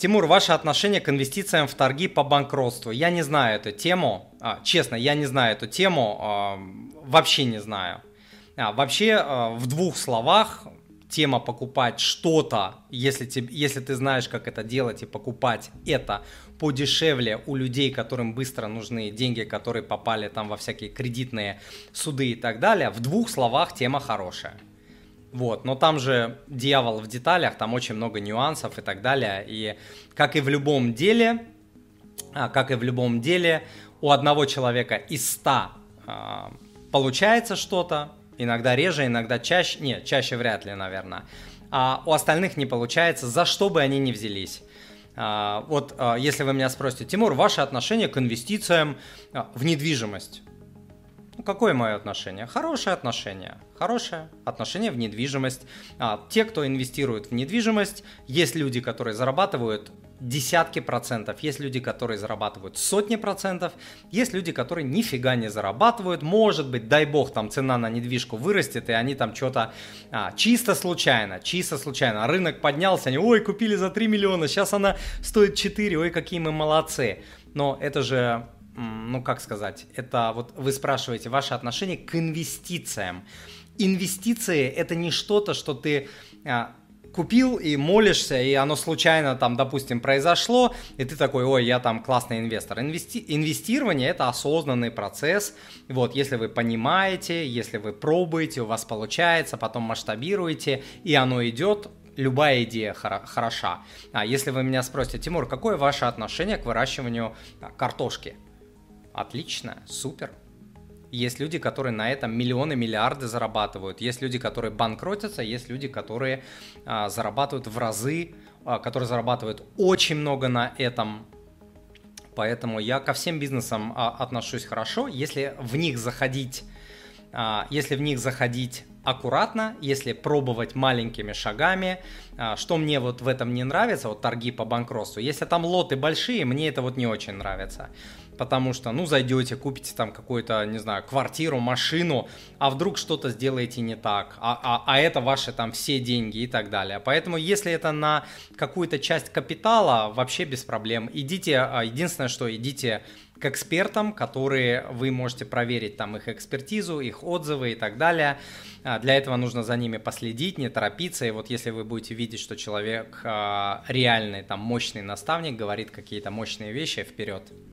Тимур, ваше отношение к инвестициям в торги по банкротству. Я не знаю эту тему, честно, я не знаю эту тему, вообще не знаю. Вообще, в двух словах, тема покупать что-то, если ты знаешь, как это делать, и покупать это подешевле у людей, которым быстро нужны деньги, которые попали там во всякие кредитные суды и так далее, в двух словах тема хорошая. Вот, но там же дьявол в деталях, там очень много нюансов и так далее. И как и в любом деле, у одного человека из 100 получается что-то, иногда реже, иногда чаще, нет, чаще вряд ли, наверное. А у остальных не получается, за что бы они ни взялись. Вот если вы меня спросите, Тимур, ваше отношение к инвестициям в недвижимость? Какое мое отношение? Хорошее отношение в недвижимость. Те, кто инвестирует в недвижимость, есть люди, которые зарабатывают десятки процентов, есть люди, которые зарабатывают сотни процентов, есть люди, которые нифига не зарабатывают, может быть, дай бог, там цена на недвижку вырастет, и они там что-то чисто случайно, рынок поднялся, они, ой, купили за 3 миллиона, сейчас она стоит 4, ой, какие мы молодцы, но это же... Ну, как сказать, это вот вы спрашиваете ваше отношение к инвестициям. Инвестиции – это не что-то, что ты купил и молишься, и оно случайно там, допустим, произошло, и ты такой, ой, я там классный инвестор. Инвестирование – это осознанный процесс. Вот, если вы понимаете, если вы пробуете, у вас получается, потом масштабируете, и оно идет, любая идея хороша. Если вы меня спросите, Тимур, какое ваше отношение к выращиванию картошки? Отлично, супер. Есть люди, которые на этом миллионы, миллиарды зарабатывают. Есть люди, которые банкротятся, есть люди, которые зарабатывают в разы, которые зарабатывают очень много на этом. Поэтому я ко всем бизнесам отношусь хорошо. Если в них заходить аккуратно, если пробовать маленькими шагами. Что мне вот в этом не нравится, вот торги по банкротству, если там лоты большие, мне это вот не очень нравится. Потому что, ну, зайдете, купите там какую-то, не знаю, квартиру, машину, а вдруг что-то сделаете не так, а это ваши там все деньги и так далее. Поэтому, если это на какую-то часть капитала, вообще без проблем. Единственное, что идите к экспертам, которые вы можете проверить там их экспертизу, их отзывы и так далее. Для этого нужно за ними последить, не торопиться. И вот если вы будете видеть, что человек реальный, там, мощный наставник, говорит какие-то мощные вещи, вперед.